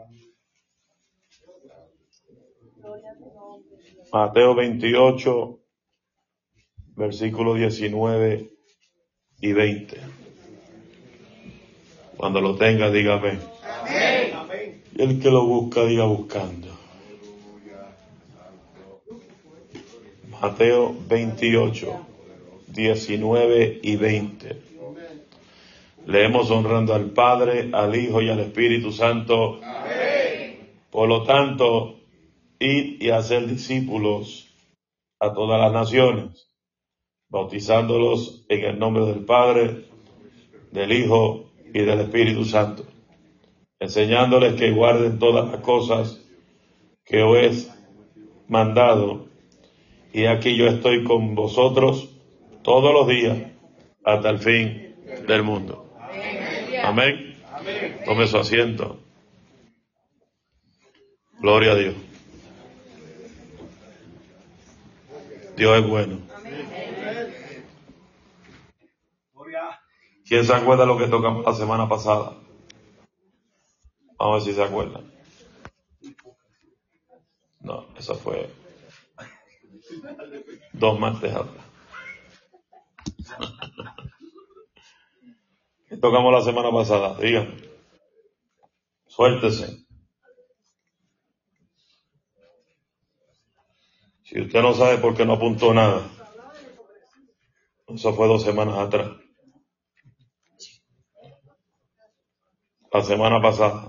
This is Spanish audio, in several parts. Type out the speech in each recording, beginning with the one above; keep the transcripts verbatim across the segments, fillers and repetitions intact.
Mateo veintiocho, versículos diecinueve y veinte. Cuando lo tenga, diga amén. Amén. Y el que lo busca, diga buscando. Mateo veintiocho, diecinueve y veinte. Leemos honrando al Padre, al Hijo y al Espíritu Santo. Amén. Por lo tanto, id y hacer discípulos a todas las naciones, bautizándolos en el nombre del Padre, del Hijo y del Espíritu Santo, enseñándoles que guarden todas las cosas que os he mandado. Y aquí yo estoy con vosotros todos los días hasta el fin del mundo. Amén. Amén. Tome su asiento. Gloria a Dios. Dios es bueno. ¿Quién se acuerda de lo que tocamos la semana pasada? Vamos a ver si se acuerdan. No, eso fue dos martes atrás. ¿Qué tocamos la semana pasada? Díganme. Suéltese. Si usted no sabe por qué no apuntó nada, eso fue dos semanas atrás. La semana pasada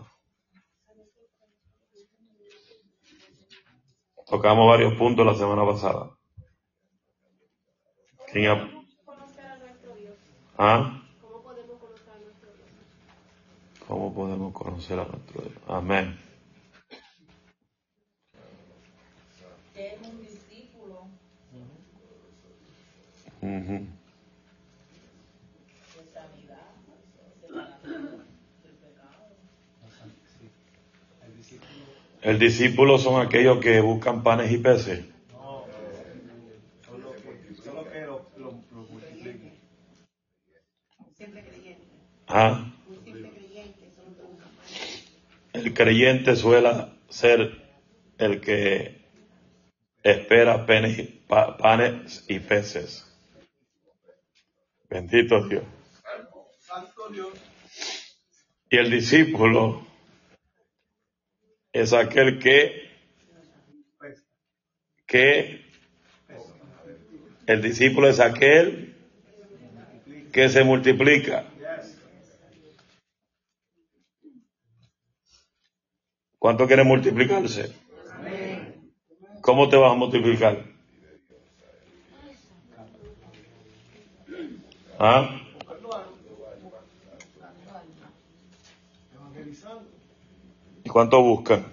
tocamos varios puntos la semana pasada. ¿Quién ha... ¿Ah? ¿Cómo podemos conocer a nuestro Dios? Amén. Es un discípulo. Uh-huh. De sanidad, separación del pecado. El discípulo son aquellos que buscan panes y peces. No, son los que, son los que lo, lo, lo multiplican. Siempre creyente. ¿Ah? Siempre creyente. Son los El creyente suele ser el que espera panes y, pa, panes y peces. Bendito Dios. Santo Dios. Y el discípulo es aquel que, que, el discípulo es aquel que se multiplica. ¿Cuánto quiere multiplicarse? ¿Cómo te vas a multiplicar? ¿Ah? ¿Y cuánto buscan?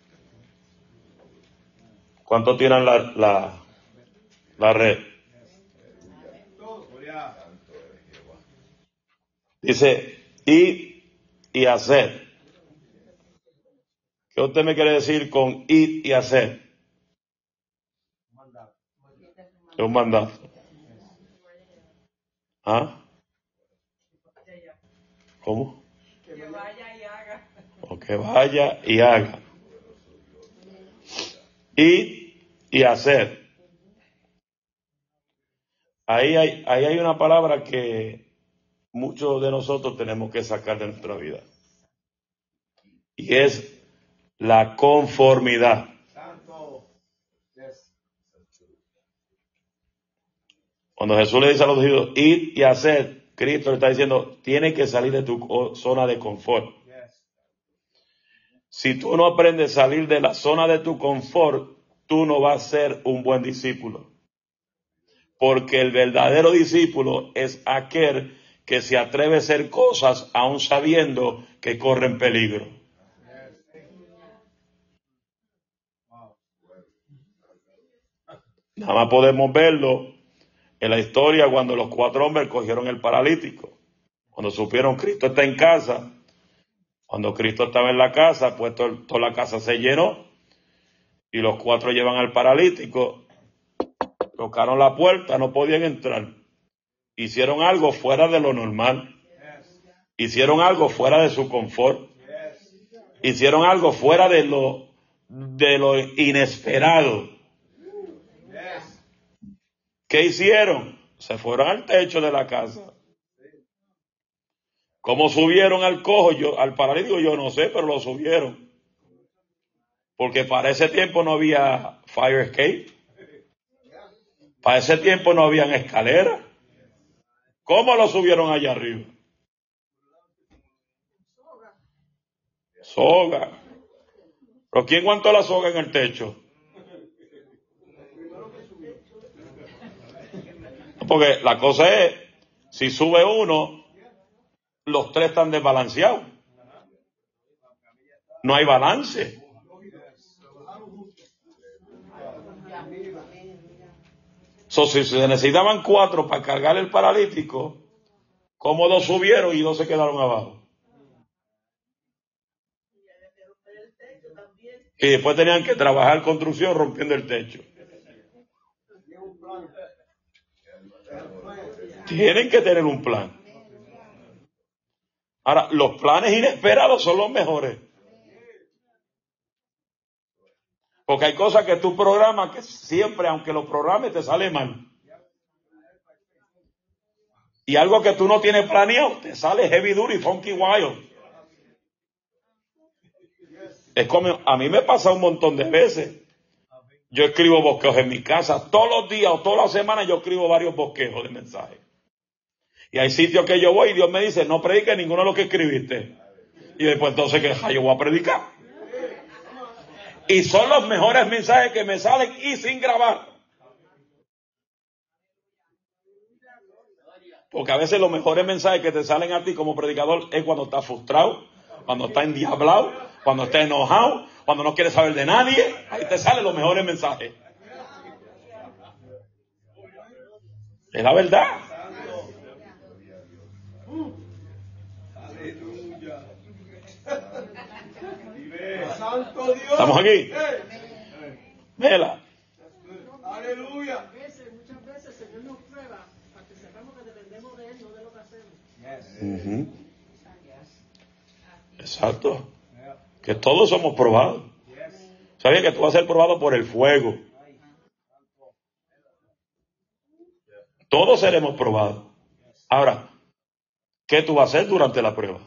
¿Cuánto tiran la, la, la red? Dice, ir y hacer. ¿Qué usted me quiere decir con ir y hacer? Es un mandato. ¿Ah? ¿Cómo? Que vaya y haga. O que vaya y haga. Ir y hacer. Ahí hay, ahí hay una palabra que muchos de nosotros tenemos que sacar de nuestra vida. Y es la conformidad. Cuando Jesús le dice a los judíos, ir y hacer, Cristo le está diciendo, tienes que salir de tu zona de confort. Si tú no aprendes a salir de la zona de tu confort, tú no vas a ser un buen discípulo. Porque el verdadero discípulo es aquel que se atreve a hacer cosas aún sabiendo que corren peligro. Nada más podemos verlo en la historia cuando los cuatro hombres cogieron el paralítico. Cuando supieron Cristo está en casa, cuando Cristo estaba en la casa, pues todo, toda la casa se llenó y los cuatro llevan al paralítico, tocaron la puerta, no podían entrar. Hicieron algo fuera de lo normal. Hicieron algo fuera de su confort. Hicieron algo fuera de lo, de lo inesperado. ¿Qué hicieron? Se fueron al techo de la casa. ¿Cómo subieron al cojo? Yo, al paralítico yo no sé, pero lo subieron. Porque para ese tiempo no había fire escape. Para ese tiempo no habían escaleras. ¿Cómo lo subieron allá arriba? Soga. ¿Pero quién aguantó la soga en el techo? Porque la cosa es, si sube uno, los tres están desbalanceados. No hay balance. So, si se necesitaban cuatro para cargar el paralítico, ¿cómo dos subieron y dos se quedaron abajo? Y después tenían que trabajar construcción rompiendo el techo. Tienen que tener un plan. Ahora, los planes inesperados son los mejores. Porque hay cosas que tú programas que siempre, aunque los programes, te sale mal. Y algo que tú no tienes planeado, te sale heavy duty, funky wild. Es como, a mí me pasa un montón de veces. Yo escribo bosquejos en mi casa. Todos los días o todas las semanas yo escribo varios bosquejos de mensajes. Y hay sitios que yo voy y Dios me dice, no prediques ninguno de los que escribiste. Y después entonces, ¿qué yo voy a predicar? Y son los mejores mensajes que me salen y sin grabar. Porque a veces los mejores mensajes que te salen a ti como predicador es cuando estás frustrado, cuando estás endiablado, cuando estás enojado, cuando no quieres saber de nadie. Ahí te salen los mejores mensajes. Es la verdad. Santo Dios. ¿Estamos aquí? Vela. Aleluya. Muchas veces el Señor nos prueba para que sepamos que dependemos de Él, no de lo que hacemos. Uh-huh. Exacto. Que todos somos probados. ¿Sabías que tú vas a ser probado por el fuego? Todos seremos probados. Ahora, ¿qué tú vas a hacer durante la prueba?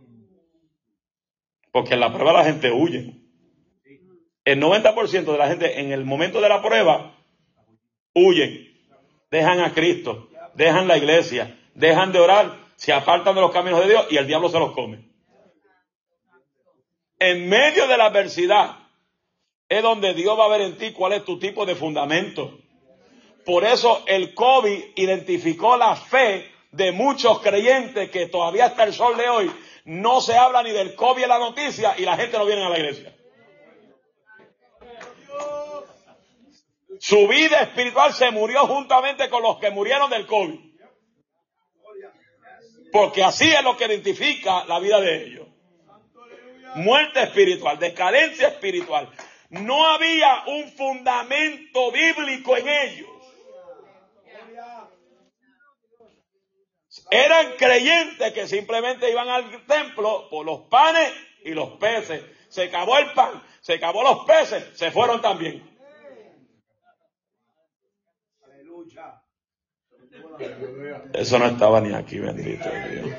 Porque en la prueba la gente huye. El noventa por ciento de la gente en el momento de la prueba huyen. Dejan a Cristo, dejan la iglesia, dejan de orar, se apartan de los caminos de Dios y el diablo se los come. En medio de la adversidad es donde Dios va a ver en ti cuál es tu tipo de fundamento. Por eso el COVID identificó la fe de muchos creyentes que todavía hasta el sol de hoy no se habla ni del COVID en la noticia y la gente no viene a la iglesia. Su vida espiritual se murió juntamente con los que murieron del COVID. Porque así es lo que identifica la vida de ellos. Muerte espiritual, decadencia espiritual. No había un fundamento bíblico en ellos. Eran creyentes que simplemente iban al templo por los panes y los peces. Se acabó el pan, se acabó los peces, se fueron también. Eso no estaba ni aquí, bendito Dios.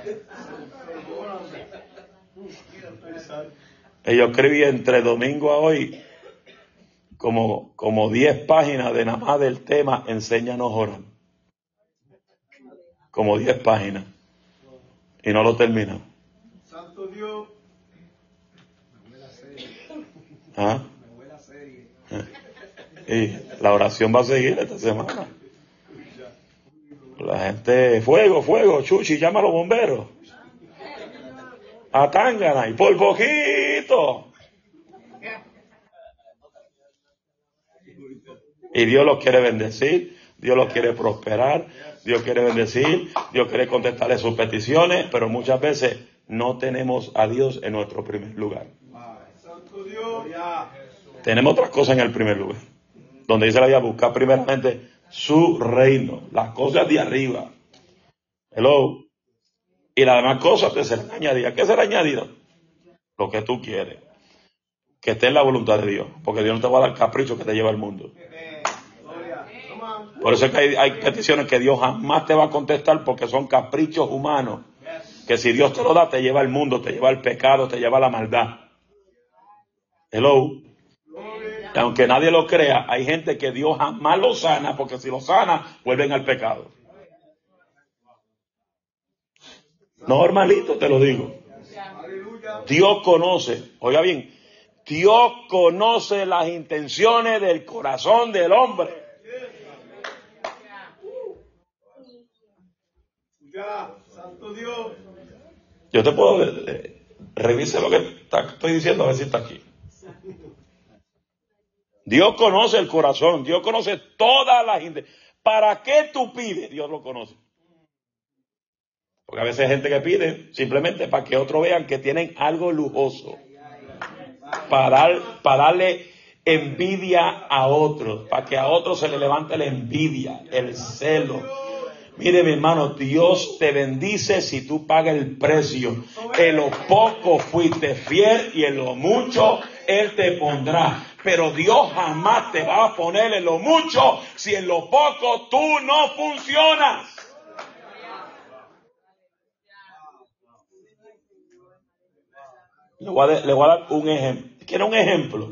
Y yo escribí entre domingo a hoy como, como diez páginas de nada más del tema Enséñanos a orar. Como diez páginas. Y no lo termino. Santo Dios. ¿Ah? Y la oración va a seguir esta semana. La gente, fuego, fuego, Chuchi, llama a los bomberos. A Tángana, y por poquito. Y Dios los quiere bendecir, Dios los quiere prosperar, Dios quiere bendecir, Dios quiere contestarle sus peticiones, pero muchas veces no tenemos a Dios en nuestro primer lugar. Tenemos otras cosas en el primer lugar, donde dice la Biblia, buscar primeramente su reino, las cosas de arriba. Hello. Y las demás cosas te serán añadidas. ¿Qué será añadido? lo que tú quieres, que esté en la voluntad de Dios, porque Dios no te va a dar capricho que te lleva al mundo. Por eso es que hay, hay peticiones que Dios jamás te va a contestar, porque son caprichos humanos, que si Dios te lo da, te lleva al mundo, te lleva al pecado, te lleva a la maldad. Hello. Y aunque nadie lo crea, hay gente que Dios jamás lo sana, porque si lo sana, vuelven al pecado. Normalito te lo digo. Dios conoce, oiga bien, Dios conoce las intenciones del corazón del hombre. Santo Dios. Yo te puedo, eh, revise lo que está, estoy diciendo, a ver si está aquí. Dios conoce el corazón, Dios conoce todas las intenciones. ¿Para qué tú pides? Dios lo conoce. Porque a veces hay gente que pide simplemente para que otros vean que tienen algo lujoso. Para, dar, para darle envidia a otros. Para que a otros se le levante la envidia, el celo. Mire, mi hermano, Dios te bendice si tú pagas el precio. En lo poco fuiste fiel y en lo mucho Él te pondrá. Pero Dios jamás te va a poner en lo mucho si en lo poco tú no funcionas. Le voy a, le voy a dar un ejemplo. ¿Quiere un ejemplo?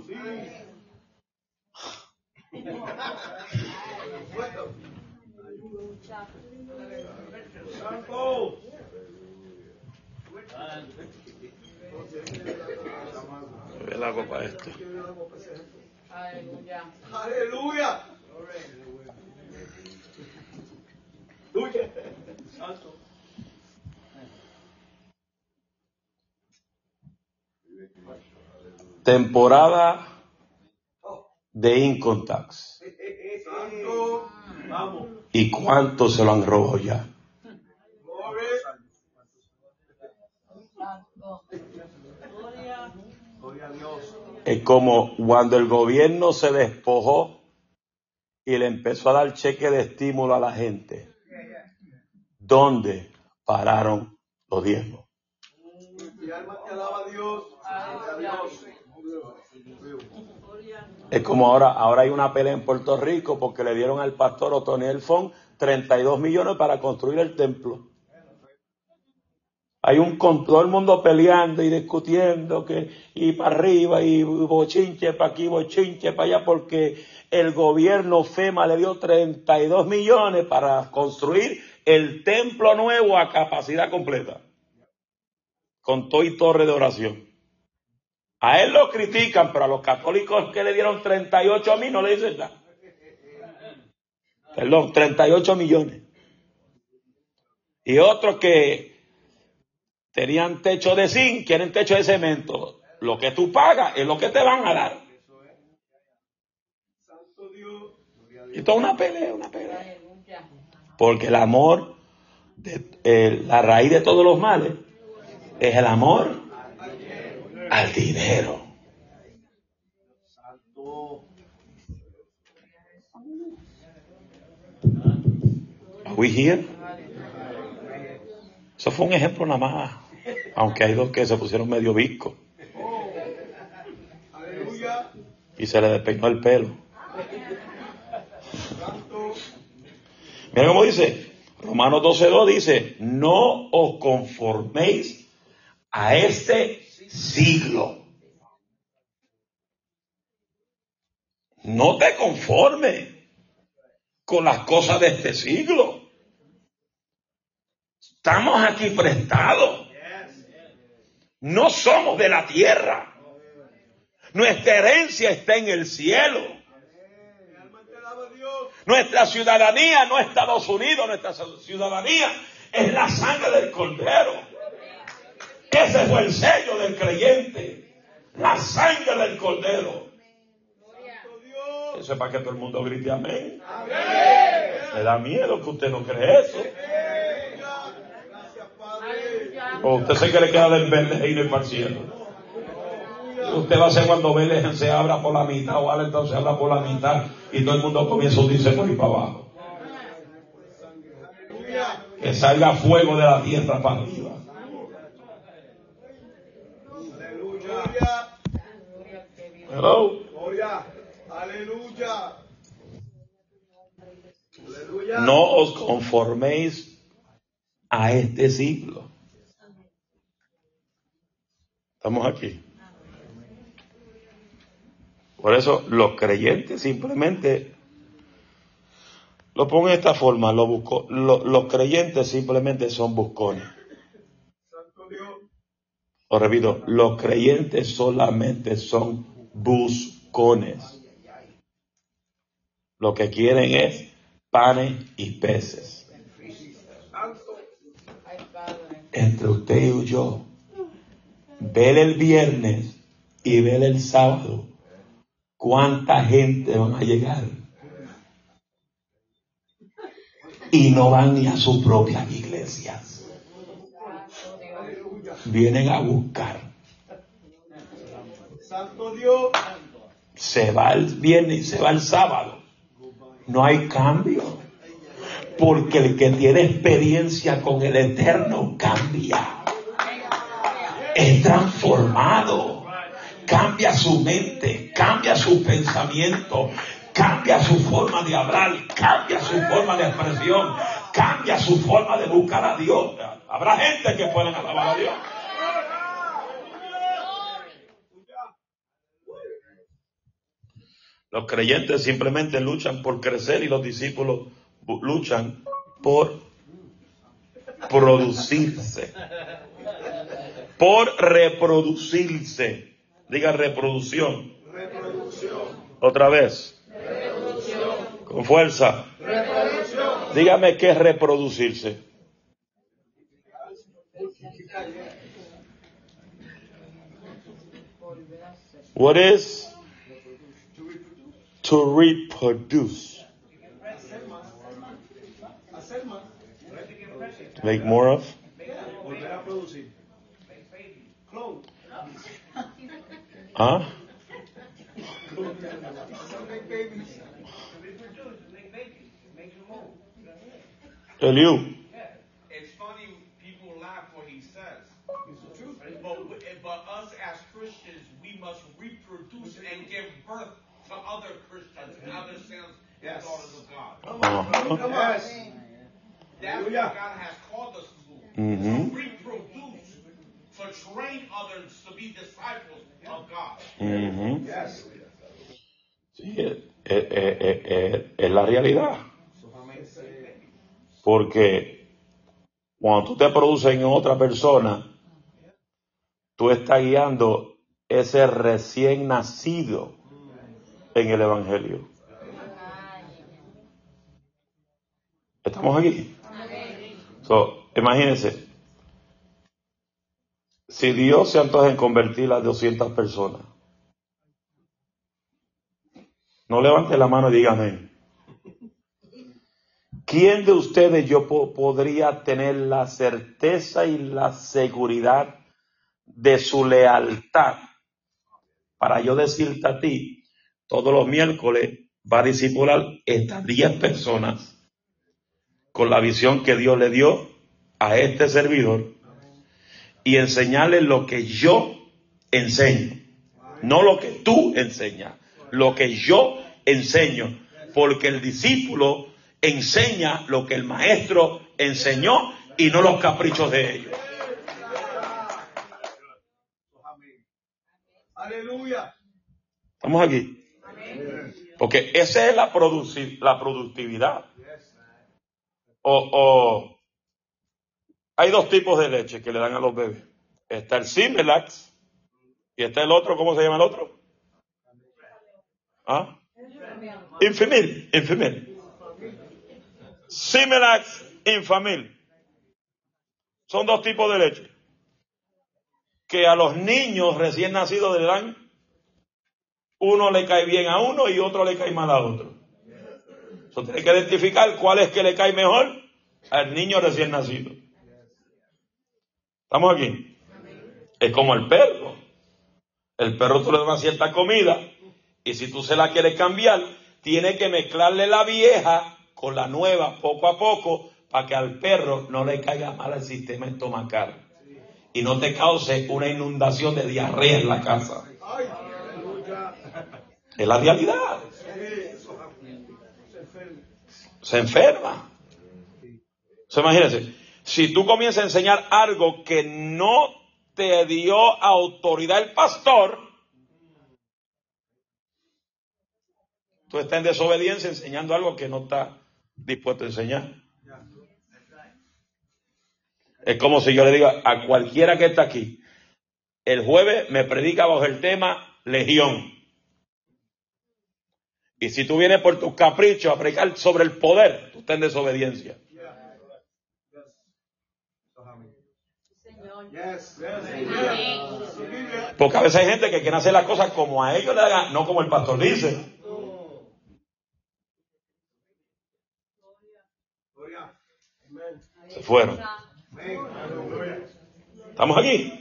Ve la copa esto. Aleluya. Aleluya. Temporada de income tax. ¿Y cuánto se lo han robado ya? Es como cuando el gobierno se despojó y le empezó a dar cheque de estímulo a la gente. ¿Dónde pararon los diezmos? Es como ahora, ahora hay una pelea en Puerto Rico porque le dieron al pastor Otoniel Font treinta y dos millones para construir el templo. Hay un con todo el mundo peleando y discutiendo que y para arriba y bochinche para aquí, bochinche para allá, porque el gobierno FEMA le dio treinta y dos millones para construir el templo nuevo a capacidad completa, con todo y torre de oración. A él lo critican, pero a los católicos que le dieron treinta y ocho mil no le dicen nada. Perdón, treinta y ocho millones. Y otros que tenían techo de zinc, quieren techo de cemento. Lo que tú pagas es lo que te van a dar. Y toda una pelea, una pelea. Porque el amor, de, eh, la raíz de todos los males, es el amor al dinero. Are we here? Eso fue un ejemplo nada más, aunque hay dos que se pusieron medio viscos y se le despeinó el pelo. Mira cómo dice Romanos doce dos, dice: no os conforméis a este siglo. No te conformes con las cosas de este siglo. Estamos aquí prestados. No somos de la tierra. Nuestra herencia está en el cielo. Nuestra ciudadanía no es Estados Unidos, nuestra ciudadanía es la sangre del Cordero. Ese fue el sello del creyente, la sangre del Cordero. Eso es para que todo el mundo grite amén. Me da miedo que usted no cree eso. O usted se cree que queda del verde y no ir para el cielo. Usted va a hacer cuando Belén se abra por la mitad o Allentown se abra por la mitad y todo el mundo comienza a hundirse por ahí para abajo. Que salga fuego de la tierra para arriba. conforméis a este siglo. Estamos aquí. Por eso los creyentes simplemente, lo pongo de esta forma, lo busco, lo, los creyentes simplemente son buscones. Os repito, los creyentes solamente son buscones. Lo que quieren es panes y peces. Entre usted y yo, ver el viernes y ver el sábado, ¿cuánta gente van a llegar? Y no van ni a sus propias iglesias. Vienen a buscar. Santo Dios. Se va el viernes y se va el sábado. No hay cambio. Porque el que tiene experiencia con el Eterno cambia. Es transformado. Cambia su mente, cambia su pensamiento, cambia su forma de hablar, cambia su forma de expresión, cambia su forma de buscar a Dios. Habrá gente que pueda alabar a Dios. Los creyentes simplemente luchan por crecer y los discípulos luchan por producirse, por reproducirse. Diga reproducción. Reproducción. Otra vez. Reproducción. Con fuerza. Reproducción. Dígame qué es reproducirse. What is to reproduce? To make more of? Volver a producir. Clone. Huh? Make babies. Eliu. It's funny, people laugh what he says. But, but us as Christians, we must reproduce and give birth to other Christians, other sons and daughters of God. Uh-huh. Come on. That's what God has called us to do. Mm-hmm. To reproduce, to train others to be disciples of God. Mm-hmm. Yes. Sí, es, es, es, es, es la realidad. Porque cuando tú te produces en otra persona, tú estás guiando ese recién nacido en el Evangelio. ¿Estamos aquí? So, imagínense, si Dios se antoja en convertir a doscientas personas, no levante la mano y diga amén. ¿Quién de ustedes yo po- podría tener la certeza y la seguridad de su lealtad para yo decirte a ti, todos los miércoles va a discipular estas diez personas con la visión que Dios le dio a este servidor y enseñarles lo que yo enseño, no lo que tú enseñas, lo que yo enseño, porque el discípulo enseña lo que el maestro enseñó y no los caprichos de ellos. Aleluya. ¿Estamos aquí? Porque esa es la, produci- la productividad. O, o hay dos tipos de leche que le dan a los bebés. Está el Similac y está el otro, ¿cómo se llama el otro? ¿Ah? Infamil, Infamil. Similac, Infamil. Son dos tipos de leche que a los niños recién nacidos le dan. Uno le cae bien a uno y otro le cae mal a otro. Entonces tiene que identificar cuál es que le cae mejor al niño recién nacido. ¿Estamos aquí? Es como el perro. El perro tú le das una cierta comida y si tú se la quieres cambiar, tiene que mezclarle la vieja con la nueva poco a poco para que al perro no le caiga mal el sistema estomacal y no te cause una inundación de diarrea en la casa. Es la realidad. Se enferma. sea, imagínense, si tú comienzas a enseñar algo que no te dio autoridad el pastor, tú estás en desobediencia enseñando algo que no estás dispuesto a enseñar. Es como si yo le diga a cualquiera que está aquí, el jueves me predica bajo el tema Legión. Y si tú vienes por tus caprichos a predicar sobre el poder, tú estás en desobediencia. Porque a veces hay gente que quiere hacer las cosas como a ellos le hagan, no como el pastor dice. Se fueron. ¿Estamos aquí?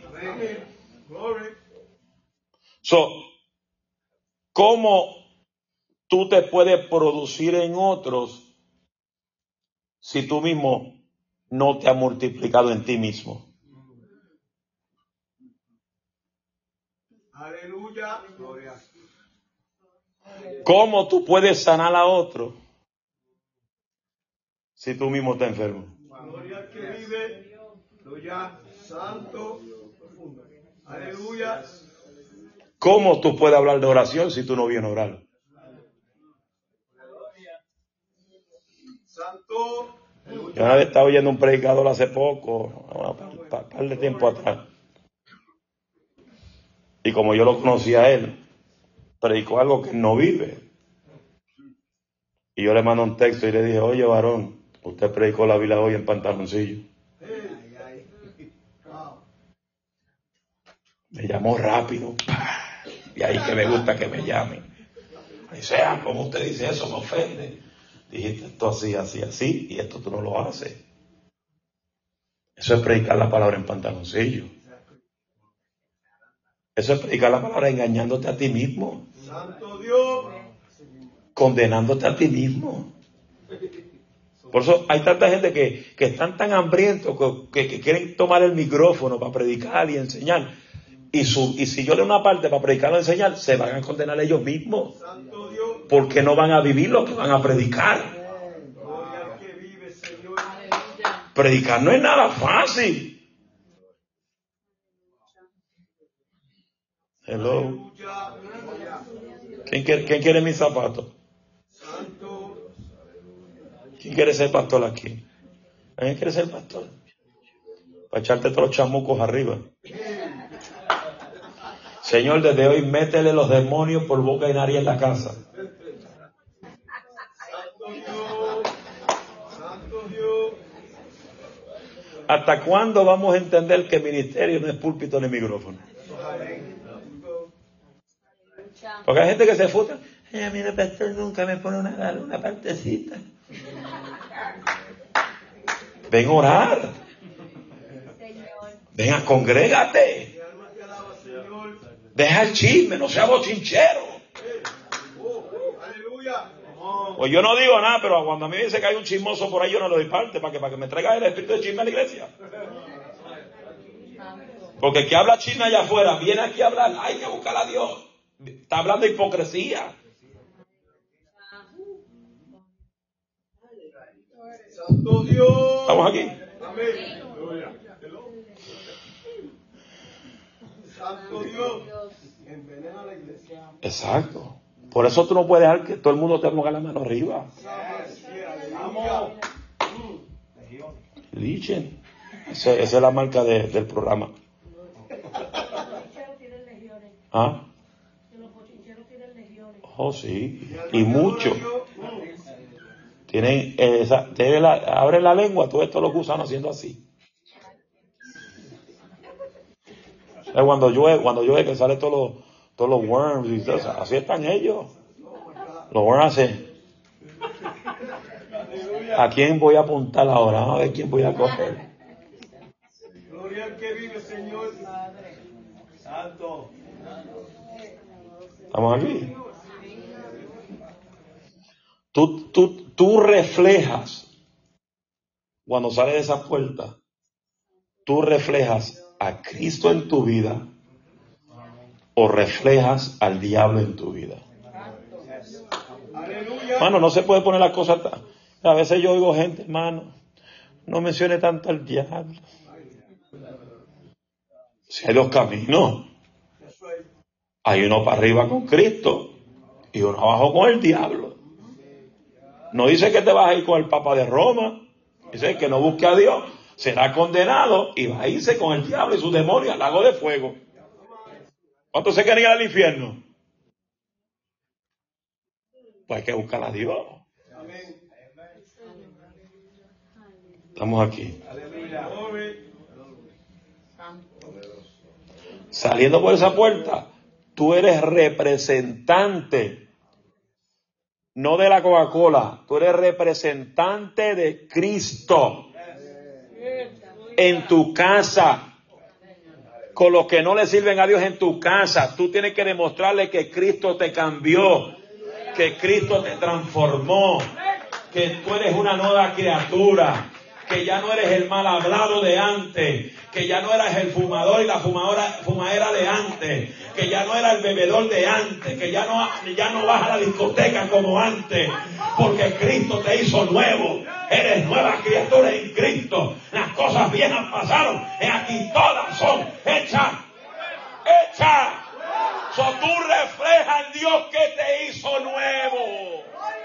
So, ¿cómo tú te puedes producir en otros si tú mismo no te has multiplicado en ti mismo? Aleluya. ¿Cómo tú puedes sanar a otro si tú mismo estás enfermo? Gloria al que vive. Aleluya. Santo. Aleluya. ¿Cómo tú puedes hablar de oración si tú no vienes a orar? Santo. Yo una vez estaba oyendo un predicador hace poco, un par de tiempo atrás. Y como yo lo conocía a él, predicó algo que no vive. Y yo le mando un texto y le dije, oye varón, usted predicó la Biblia hoy en pantaloncillo. Me llamó rápido. Y ahí que me gusta que me llamen. Y sea, como usted dice eso, me ofende. Dijiste esto así, así, así, y esto tú no lo haces. Eso es predicar la palabra en pantaloncillo. Eso es predicar la palabra engañándote a ti mismo. Santo Dios. Condenándote a ti mismo. Por eso hay tanta gente que, que están tan hambrientos que, que, que quieren tomar el micrófono para predicar y enseñar. Y, su, y si yo leo una parte para predicar o enseñar, se van a condenar ellos mismos. Santo Dios. Porque no van a vivir lo que van a predicar. Gloria al que vive, Señor. Predicar no es nada fácil. Hello. ¿Quién quiere, ¿Quién quiere mis zapatos? Santo. ¿Quién quiere ser pastor aquí? ¿Alguien quiere ser pastor? Para echarte todos los chamucos arriba. Señor, desde hoy métele los demonios por boca y nariz en la casa. Santo Dios. Santo Dios. ¿Hasta cuándo vamos a entender que el ministerio no es púlpito ni micrófono? Porque hay gente que se frustra. Ay, a mí el pastor nunca me pone una, una partecita. Ven a orar. Ven a congrégate. Deja el chisme, no sea bochinchero. Pues yo no digo nada, pero cuando a mí me dice que hay un chismoso por ahí, yo no le doy parte para que, para que me traiga el espíritu de chisme a la iglesia. Porque el que habla chisme allá afuera viene aquí a hablar, hay que buscar a Dios. Está hablando de hipocresía. Santo Dios. ¿Estamos aquí? Amén. Santo Dios. Envenena la iglesia. Exacto. Por eso tú no puedes dejar que todo el mundo te ponga la mano arriba. Vamos. Lichen. Esa, esa es la marca de, del programa. ¿Ah? Oh, sí. Y mucho. Tienen esa, tienen la, abren la lengua, todo esto lo usan haciendo así. Es cuando llueve, cuando llueve que salen todos los, todos los worms y todo eso. Así están ellos. Los worms hacen. ¿A quién voy a apuntar ahora? Vamos a ver quién voy a coger. Gloria al que vive, Señor. Santo. ¿Estamos aquí? Tú, tú, tú reflejas, cuando sales de esa puerta, tú reflejas a Cristo en tu vida o reflejas al diablo en tu vida. Aleluya. Hermano, no se puede poner las cosas. A veces yo oigo gente, hermano, no mencione tanto al diablo. Si hay dos caminos, hay uno para arriba con Cristo y uno abajo con el diablo. No dice que te vas a ir con el Papa de Roma, dice que no busque a Dios, será condenado y va a irse con el diablo y sus demonios al lago de fuego. ¿Cuántos se quieren ir al infierno? Pues hay que buscar a Dios. Estamos aquí. Saliendo por esa puerta, tú eres representante, no de la Coca-Cola, tú eres representante de Cristo en tu casa. Con los que no le sirven a Dios en tu casa, tú tienes que demostrarle que Cristo te cambió, que Cristo te transformó, que tú eres una nueva criatura, que ya no eres el mal hablado de antes, que ya no eras el fumador y la fumadora, fumadera de antes, que ya no era el bebedor de antes, que ya no, ya no vas a la discoteca como antes, porque Cristo te hizo nuevo. Eres nueva criatura en Cristo. Las cosas viejas pasaron, y aquí todas son hechas, hechas. So tú reflejas al Dios que te hizo nuevo.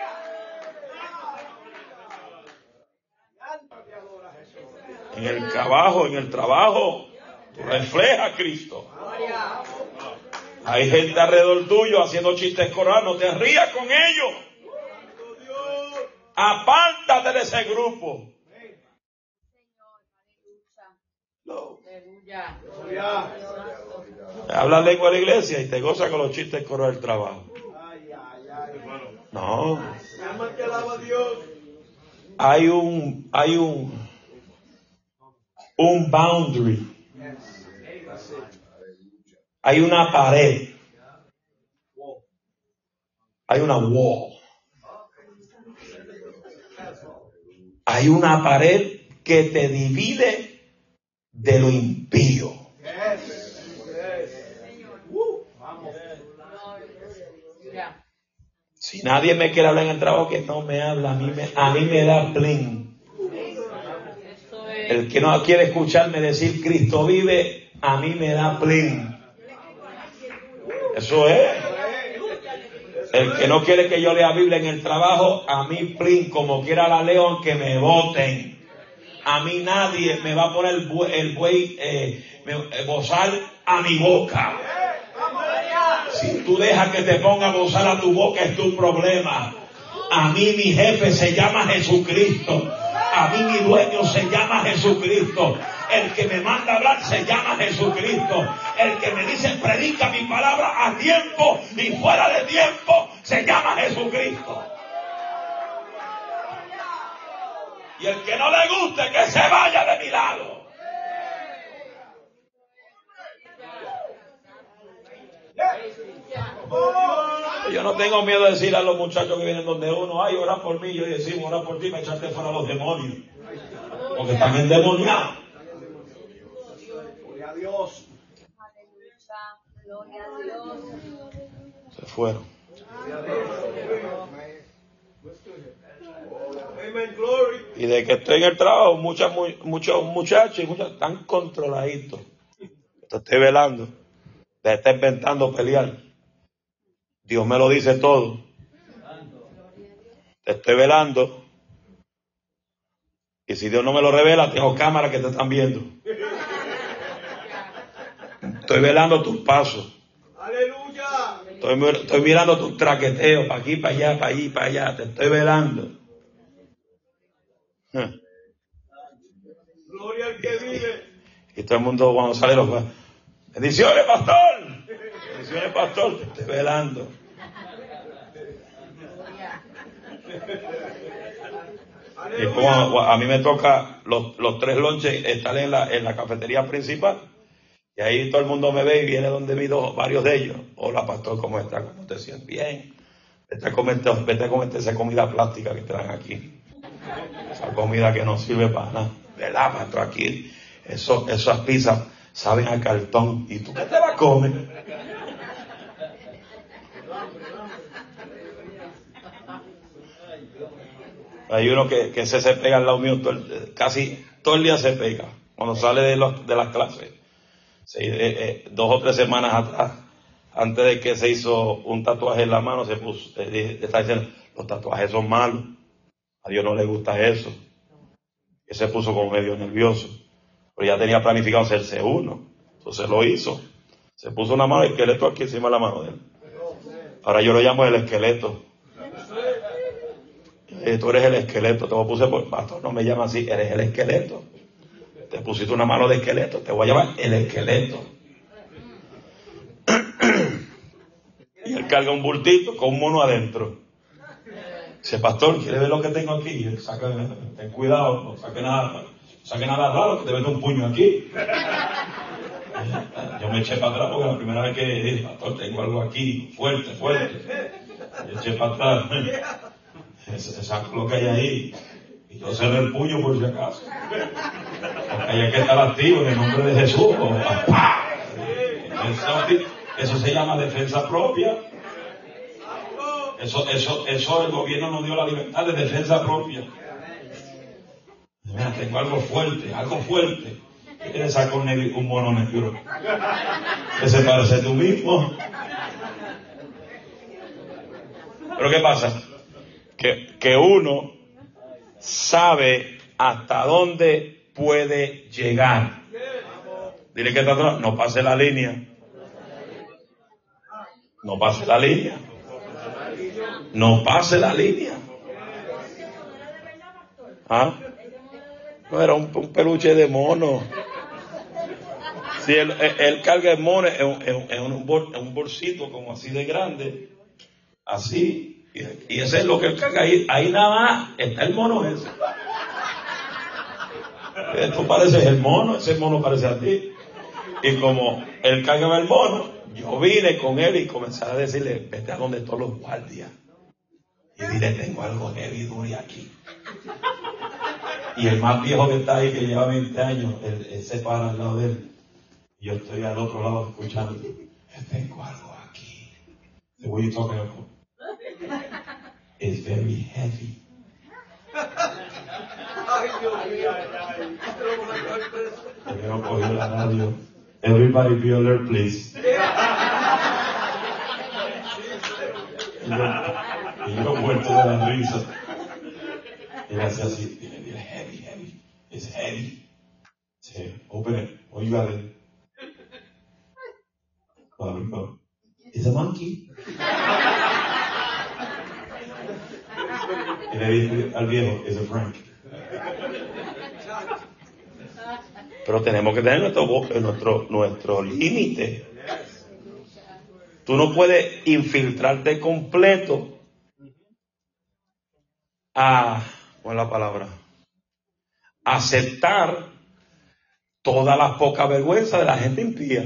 En el trabajo, en el trabajo, tú reflejas a Cristo. Hay gente alrededor tuyo haciendo chistes corales, no te rías con ellos. Apártate de ese grupo. No. Habla lengua de la iglesia y te goza con los chistes corales del trabajo. No. Hay un, hay un, un boundary. Hay una pared. Hay una wall. Hay una pared que te divide de lo impío. Si nadie me quiere hablar en el trabajo, que no me habla, a mí me, a mí me da plin. El que no quiere escucharme decir Cristo vive, a mí me da plin. Eso es. El que no quiere que yo lea Biblia en el trabajo, a mí plin, como quiera la leo, aunque me voten. A mí nadie me va a poner el buey, el buey eh, eh, bozal a mi boca. Si tú dejas que te ponga bozal a tu boca, es tu problema. A mí mi jefe se llama Jesucristo. A mí mi dueño se llama Jesucristo. El que me manda a hablar se llama Jesucristo. El que me dice predica mi palabra a tiempo y fuera de tiempo se llama Jesucristo. Y el que no le guste, que se vaya de mi lado. Yo no tengo miedo de decir a los muchachos que vienen donde uno, ay, ora por mí, yo decimos, ora por ti, me echaste fuera a los demonios. Porque están endemoniados. Gloria a Dios. Gloria a Dios. Se fueron. Y de que estoy en el trabajo, muchas, muchos muchachos y muchas están controladitos. Te estoy velando. Te está inventando pelear. Dios me lo dice todo. Te estoy velando. Y si Dios no me lo revela, tengo cámaras que te están viendo. Estoy velando tus pasos. Aleluya. Estoy, estoy mirando tus traqueteos, para aquí, para allá, para allí, para allá. Te estoy velando. Gloria al que vive. Y todo el mundo cuando sale los... Bendiciones, pastor. Bendiciones, pastor. Te estoy velando. Y como a mí me toca los, los tres lonches estar en la, en la cafetería principal. Y ahí todo el mundo me ve y viene donde vi dos, varios de ellos. Hola, pastor, ¿cómo estás? ¿Cómo te sientes? Bien. Vete a comerte, vete a comerte esa comida plástica que te dan aquí. Esa comida que no sirve para nada. ¿Verdad, pastor? Aquí, eso, esas pizzas saben a cartón. ¿Y tú qué te vas a comer? Hay uno que, que se, se pega al lado mío, todo el- casi todo el día se pega, cuando sale de, los, de las clases. Sí, eh, eh, dos o tres semanas atrás, antes de que se hizo un tatuaje en la mano, se puso, eh, está diciendo, los tatuajes son malos, a Dios no le gusta eso. Y se puso como medio nervioso, pero ya tenía planificado hacerse uno, entonces lo hizo. Se puso una mano de esqueleto aquí encima de la mano de él. Ahora yo lo llamo el esqueleto. Eh, tú eres el esqueleto, te lo puse por pastor, no me llama así, eres el esqueleto. Te pusiste una mano de esqueleto, te voy a llamar el esqueleto. Y él carga un bultito con un mono adentro. Dice, pastor, ¿quiere ver lo que tengo aquí? Y él saca, ten cuidado, no saque nada, no saque nada raro, que te meto un puño aquí. Yo me eché para atrás porque la primera vez que dije, pastor, tengo algo aquí, fuerte, fuerte. Me eché para atrás. Se saca lo que hay ahí. Y yo cerré el puño por si acaso. Porque hay que estar activo en el nombre de Jesús. Eso, eso se llama defensa propia. Eso, eso, eso el gobierno nos dio la libertad de defensa propia. Mira, tengo algo fuerte, algo fuerte. ¿Qué quieres sacar un, negro, un mono negro? Que se parece a tú mismo. Pero ¿qué pasa? Que, que uno sabe hasta dónde puede llegar. Dile que está atrás, no pase la línea. No pase la línea. No pase la línea. ¿Ah? No, era un, un peluche de mono. Si él, él, él carga el mono en un, en un, bol, en un bolsito como así de grande. Así. Y, y ese es lo que él carga ahí. Ahí nada más está el mono ese. Tú pareces el mono, ese mono parece a ti. Y como él cargaba el mono, yo vine con él y comencé a decirle, vete a donde todos los guardias. Y dile, tengo algo heavy duri aquí. Y el más viejo que está ahí, que lleva veinte años, él, él se para al lado de él. Y yo estoy al otro lado escuchando. Tengo algo aquí. The way you talking about is very heavy. Yo cogí la radio. Everybody be alert, please. Y yo, y yo muerto de la risa. Y él hacía así, dile, dile, heavy, heavy, it's heavy. Say, open it, what you got it? Oh, no. It's a monkey. Y le dije al viejo, it's a Frank. Pero tenemos que tener nuestro, nuestro, nuestro límite. Tú no puedes infiltrarte completo a, ¿cuál es la palabra? Aceptar toda la poca vergüenza de la gente impía.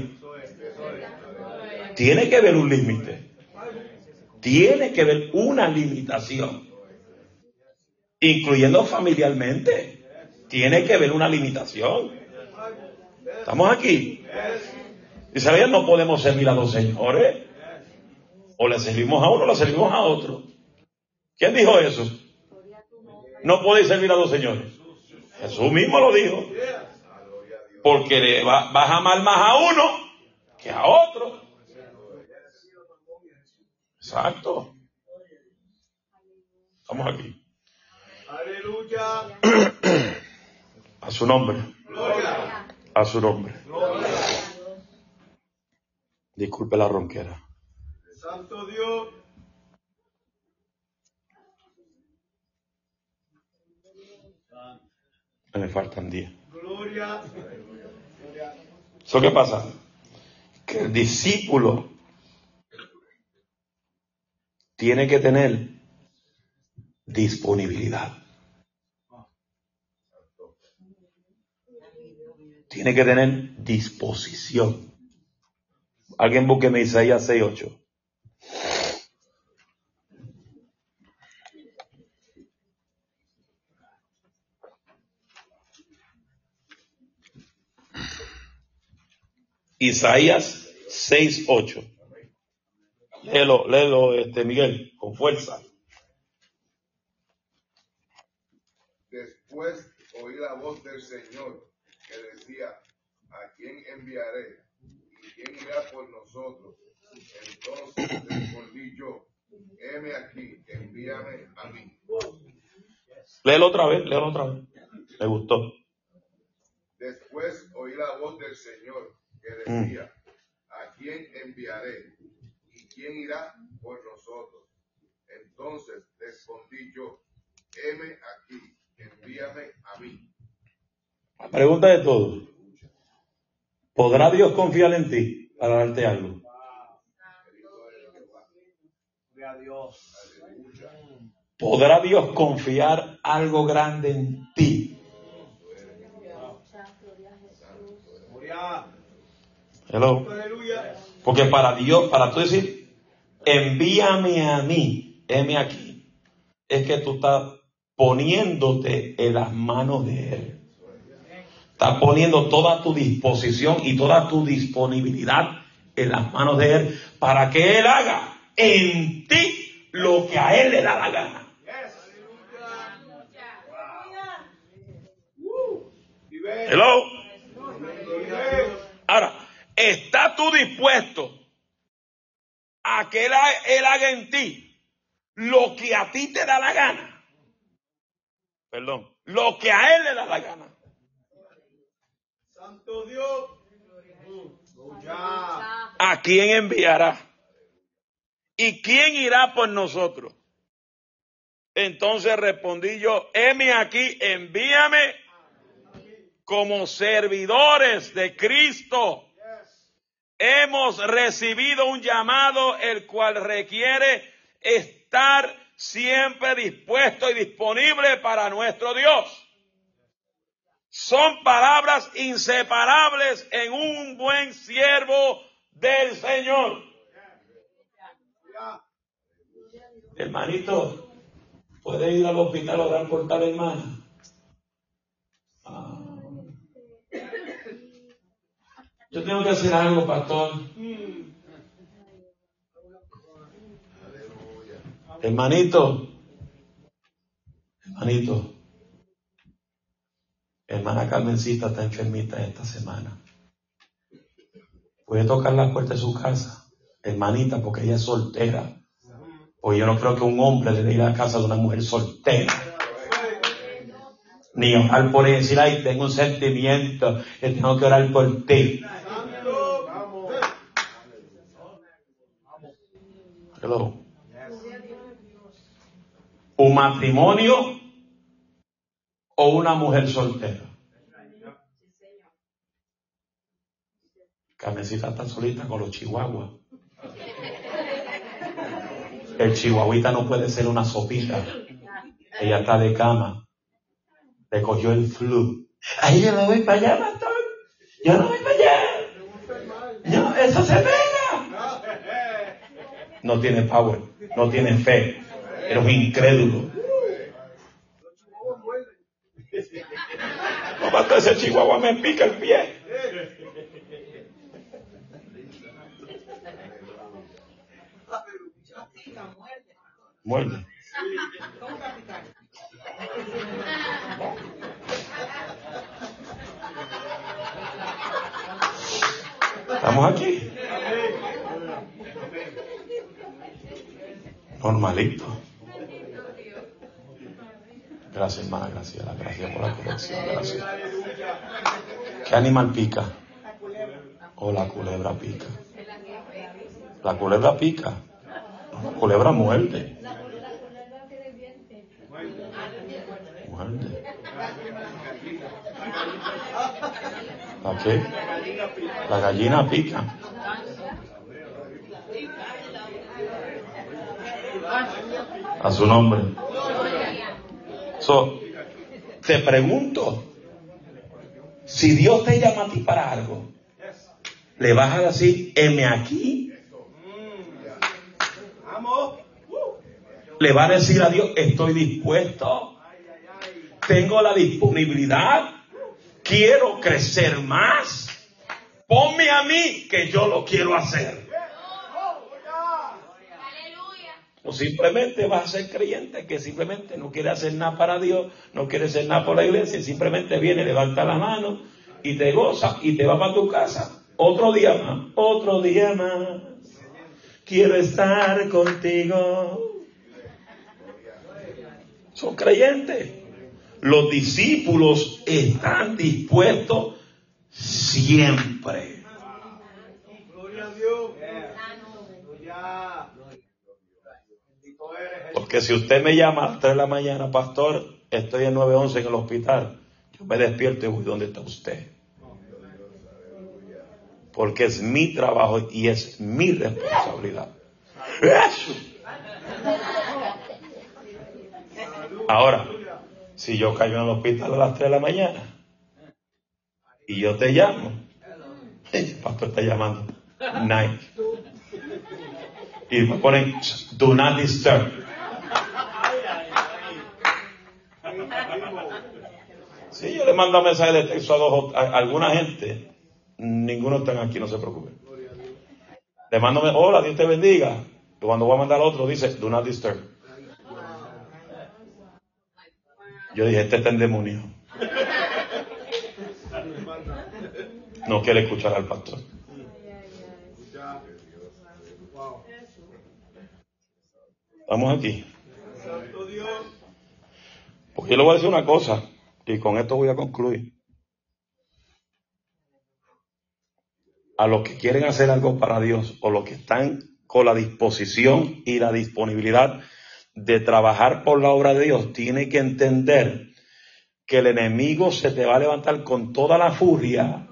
Tiene que haber un límite. Tiene que haber una limitación. Incluyendo familiarmente. Tiene que haber una limitación. ¿Estamos aquí? Y sabían, no podemos servir a dos señores. O le servimos a uno o le servimos a otro. ¿Quién dijo eso? No podéis servir a dos señores. Jesús mismo lo dijo. Porque le va, vas a amar más a uno que a otro. Exacto. Estamos aquí. Aleluya. A su nombre. Gloria. A su nombre. Gloria. Disculpe la ronquera. Santo Dios. Me faltan diez. Gloria. ¿Eso qué pasa? Que el discípulo tiene que tener disponibilidad. Tiene que tener disposición. Alguien búsqueme Isaías seis ocho. Isaías seis ocho. Léelo, léelo, este, Miguel, con fuerza. Después oí la voz del Señor que decía, ¿a quién enviaré? ¿Y quién irá por nosotros? Entonces respondí yo, heme aquí, envíame a mí. Léelo otra vez, léelo otra vez. Me gustó. Después oí la voz del Señor que decía, ¿a quién enviaré? ¿Y quién irá por nosotros? Entonces respondí yo, heme aquí, envíame a mí. La pregunta de todos. ¿Podrá Dios confiar en ti para darte algo? ¿Podrá Dios confiar algo grande en ti? Hello. Porque para Dios, para tú decir, envíame a mí, heme aquí, es que tú estás poniéndote en las manos de Él. Estás poniendo toda tu disposición y toda tu disponibilidad en las manos de Él para que Él haga en ti lo que a Él le da la gana. Hello. Ahora, ¿estás tú dispuesto a que él, él haga en ti lo que a ti te da la gana? Perdón, lo que a Él le da la gana. Santo Dios. ¿A quién enviará? ¿Y quién irá por nosotros? Entonces respondí yo, heme aquí, envíame como servidores de Cristo. Hemos recibido un llamado el cual requiere estar siempre dispuesto y disponible para nuestro Dios. Son palabras inseparables en un buen siervo del Señor. Hermanito, ¿puede ir al hospital a orar por tal hermana? Ah. Yo tengo que hacer algo, pastor. Hermanito, hermanito, hermana Carmencita está enfermita esta semana. ¿Puede tocar la puerta de su casa? Hermanita, porque ella es soltera. Pues yo no creo que un hombre le dé ir a la casa de una mujer soltera. Ni orar por ella y decir, ay, tengo un sentimiento, que tengo que orar por ti. Hello. ¿Un matrimonio o una mujer soltera? Carmencita está solita con los chihuahuas. El chihuahuita no puede ser una sopita. Ella está de cama. Le cogió el flu. Ay, yo no voy para allá, pastor. Yo no voy para allá. No, eso se pega. No tiene power. No tiene fe. Eres un incrédulo. No, pastor, ese chihuahua me pica el pie. Muerde. ¿Estamos aquí? Normalito. Gracias, hermana, gracias. Gracias por la corrección. Gracias. ¿Qué animal pica? O la culebra pica. La culebra pica. La culebra muerde. Muerde. ¿La qué? La gallina pica. A su nombre. So, te pregunto, si Dios te llama a ti para algo, ¿le vas a decir, heme aquí? ¿Le va a decir a Dios, estoy dispuesto? ¿Tengo la disponibilidad? ¿Quiero crecer más? Ponme a mí que yo lo quiero hacer. O simplemente vas a ser creyente que simplemente no quiere hacer nada para Dios, no quiere hacer nada por la iglesia, simplemente viene, levanta la mano y te goza y te va para tu casa. Otro día más, otro día más. Quiero estar contigo. Son creyentes. Los discípulos están dispuestos siempre. Gloria a Dios. Porque si usted me llama a las tres de la mañana, pastor, estoy en nueve once en el hospital, yo me despierto y voy donde está usted. Porque es mi trabajo y es mi responsabilidad. Ahora, si yo caigo en el hospital a las tres de la mañana y yo te llamo, el pastor está llamando, night, y me ponen do not disturb. Si yo le mando mensajes de texto a, dos, a, a alguna gente, ninguno está aquí, no se preocupe. Le mando, hola, Dios te bendiga. Y cuando voy a mandar a otro, dice, do not disturb. Yo dije, este está endemoniado. No quiere escuchar al pastor. Estamos aquí. Porque yo le voy a decir una cosa, y con esto voy a concluir. A los que quieren hacer algo para Dios, o los que están con la disposición y la disponibilidad de trabajar por la obra de Dios, tiene que entender que el enemigo se te va a levantar con toda la furia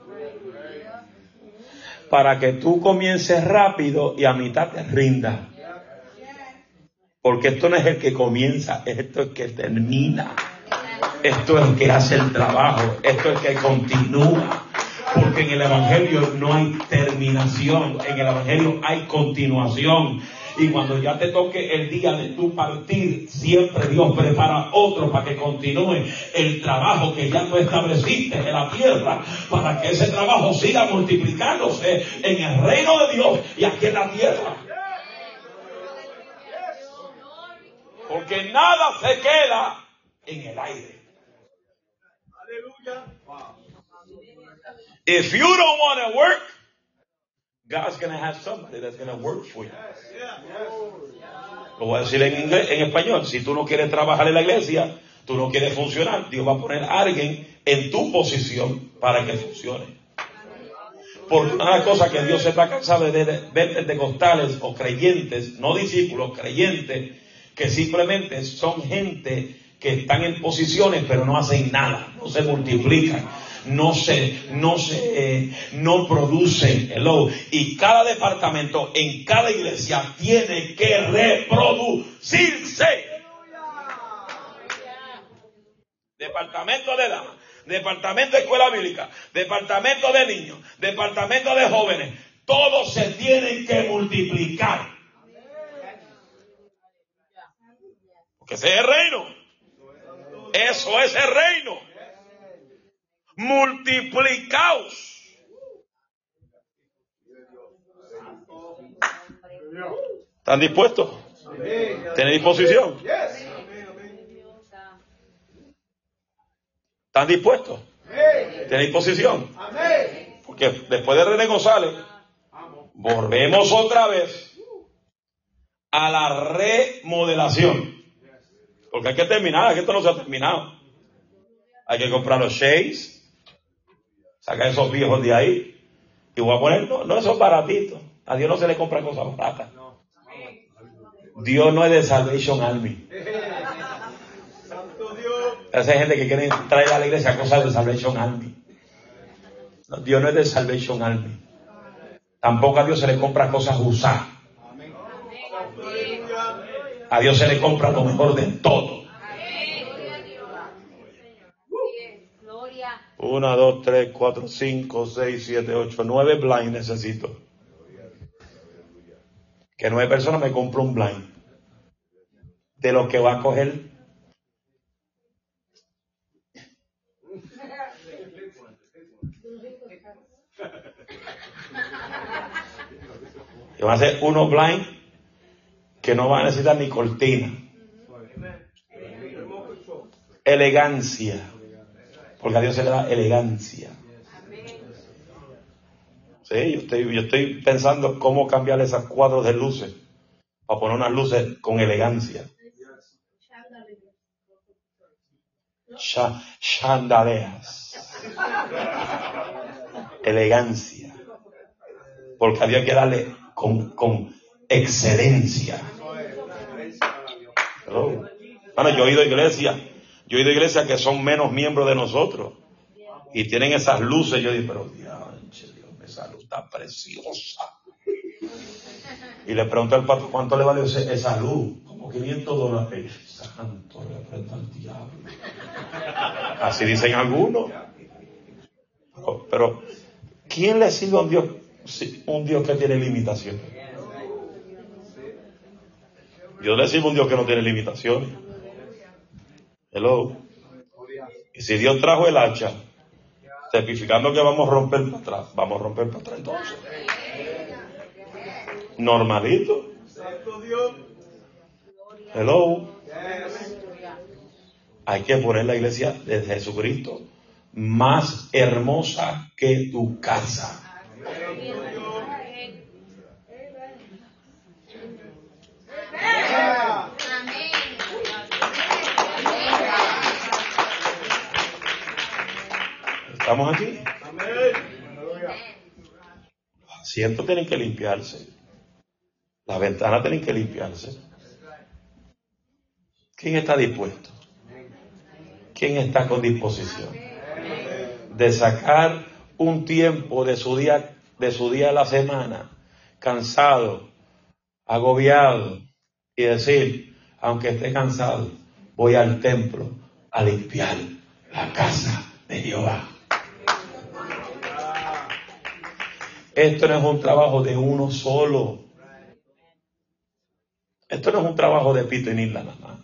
para que tú comiences rápido y a mitad te rindas. Porque esto no es el que comienza, esto es el que termina. Esto es el que hace el trabajo, esto es el que continúa. Porque en el Evangelio no hay terminación, en el Evangelio hay continuación. Y cuando ya te toque el día de tu partir, siempre Dios prepara otro para que continúe el trabajo que ya tú estableciste en la tierra, para que ese trabajo siga multiplicándose en el reino de Dios y aquí en la tierra. Porque nada se queda en el aire. Aleluya. If you don't want to work, God's going to have somebody that's going to work for you. Lo voy a decir en inglés, en español. Si tú no quieres trabajar en la iglesia, tú no quieres funcionar, Dios va a poner a alguien en tu posición para que funcione. Porque una cosa que Dios se está cansado de ver pentecostales o creyentes, no discípulos, creyentes, que simplemente son gente que están en posiciones pero no hacen nada, no se multiplican, no se, no se, eh, no producen. Hello. Y cada departamento en cada iglesia tiene que reproducirse. Departamento de damas, departamento de escuela bíblica, departamento de niños, departamento de jóvenes, todos se tienen que multiplicar. Porque ese es el reino. Eso es el reino. Multiplicaos. ¿Están dispuestos? ¿Tienen disposición? ¿Están dispuestos? ¿Tienen disposición? Porque después de René González, volvemos otra vez a la remodelación. Porque hay que terminar, que esto no se ha terminado. Hay que comprar los shades, sacar esos viejos de ahí. Y voy a poner, no, no esos baratitos. A Dios no se le compra cosas baratas. Dios no es de Salvation Army. Esa gente que quiere traer a la iglesia cosas de Salvation Army. No, Dios no es de Salvation Army. Tampoco a Dios se le compra cosas usadas. A Dios se le compra lo mejor de todo. Una, dos, tres, cuatro, cinco, seis, siete, ocho, nueve blind necesito. Que nueve personas me compro un blind. De los que va a coger. Que va a hacer uno blind que no va a necesitar ni cortina. Elegancia. Porque a Dios se le da elegancia. Sí, yo estoy, yo estoy pensando cómo cambiar esos cuadros de luces para poner unas luces con elegancia. Ch- chandaleas. Elegancia. Porque a Dios hay que darle con, con excelencia. Hello. Bueno, yo he ido a iglesia, yo he ido a iglesia que son menos miembros de nosotros y tienen esas luces. Yo digo, pero Dios, Dios, esa luz está preciosa. Y le pregunto al pastor, ¿cuánto le vale ese, esa luz? Como quinientos dólares. Santo, reprenda al diablo. Así dicen algunos. Pero, pero ¿quién le sirve a un Dios, un Dios que tiene limitaciones? Yo le sirvo a un Dios que no tiene limitaciones. Hello. Y si Dios trajo el hacha, certificando que vamos a romper para atrás, vamos a romper para atrás entonces. Normalito. Hello. Hay que poner la iglesia de Jesucristo más hermosa que tu casa. ¿Estamos aquí? Los asientos tienen que limpiarse. Las ventanas tienen que limpiarse. ¿Quién está dispuesto? ¿Quién está con disposición de sacar un tiempo de su día, de su día a la semana, cansado, agobiado, y decir, aunque esté cansado, voy al templo a limpiar la casa de Jehová? Esto no es un trabajo de uno solo. Esto no es un trabajo de Pito y Nilda nada más.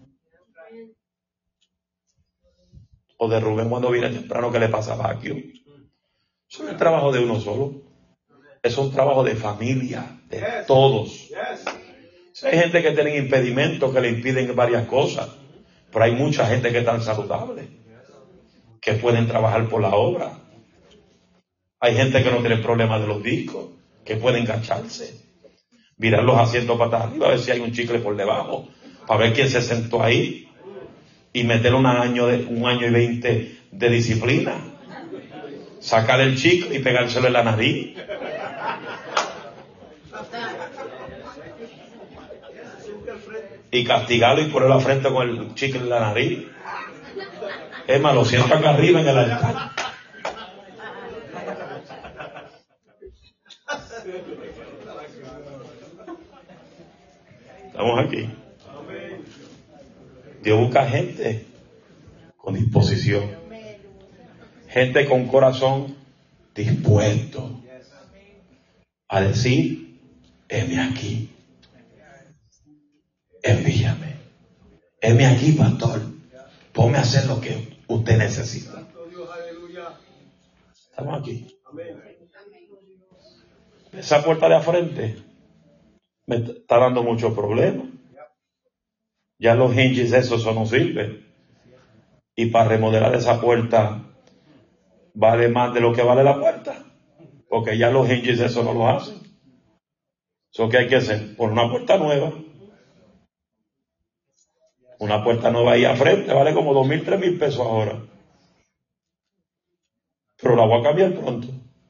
O de Rubén cuando viene temprano que le pasaba aquí. Eso no es el trabajo de uno solo. Es un trabajo de familia, de todos. Hay gente que tiene impedimentos que le impiden varias cosas, pero hay mucha gente que es tan saludable que pueden trabajar por la obra. Hay gente que no tiene problemas de los discos, que pueden engancharse, mirar los asientos para arriba, a ver si hay un chicle por debajo, para ver quién se sentó ahí y meter un año, de, un año y veinte de disciplina, sacar el chicle y pegárselo en la nariz. Y castigarlo y ponerlo a frente con el chicle en la nariz. Es más, lo siento acá arriba en el altar. Estamos aquí. Dios busca gente con disposición, gente con corazón dispuesto a decir, heme aquí, envíame, heme aquí, pastor, ponme a hacer lo que usted necesita. Estamos aquí. Esa puerta de frente me está dando muchos problemas. Ya los hinges esos no sirven. Y para remodelar esa puerta vale más de lo que vale la puerta. Porque ya los hinges esos no lo hacen. Eso que hay que hacer, por una puerta nueva. Una puerta nueva ahí a frente vale como dos mil, tres mil pesos ahora. Pero la voy a cambiar pronto.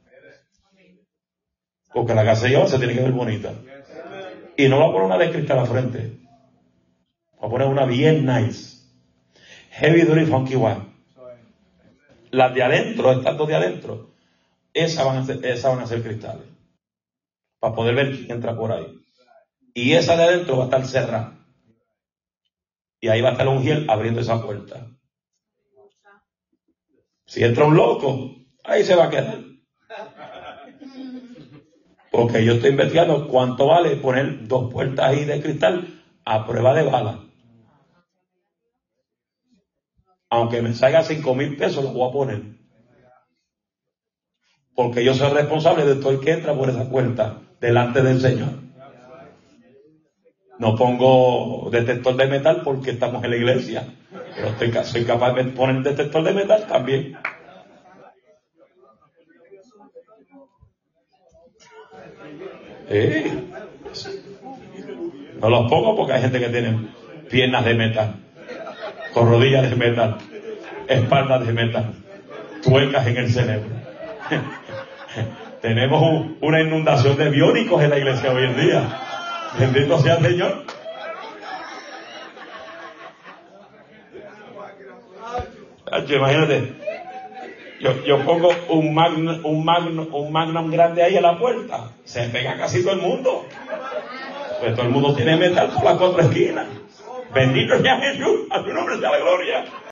Porque la casa de se tiene que ver bonita. Y no va a poner una de cristal a la frente. Va a poner una bien nice. Heavy duty funky one. Las de adentro, estas dos de adentro, esas van a ser, esas van a ser cristales. Para poder ver quién entra por ahí. Y esa de adentro va a estar cerrada. Y ahí va a estar un giel abriendo esa puerta. Si entra un loco, ahí se va a quedar. Porque yo estoy investigando cuánto vale poner dos puertas ahí de cristal a prueba de bala. Aunque me salga cinco mil pesos, lo voy a poner. Porque yo soy responsable de todo el que entra por esa puerta delante del Señor. No pongo detector de metal porque estamos en la iglesia, pero estoy, soy capaz de poner detector de metal también. Sí. No los pongo porque hay gente que tiene piernas de metal, con rodillas de metal, espaldas de metal, tuercas en el cerebro. Tenemos un, una inundación de biónicos en la iglesia hoy en día. Bendito sea el Señor. Imagínate, yo, yo pongo un magnum, un magnum, un magnum grande ahí a la puerta, se pega casi todo el mundo. Pues todo el mundo tiene metal por las cuatro esquinas. Bendito sea Jesús, a tu nombre sea la gloria.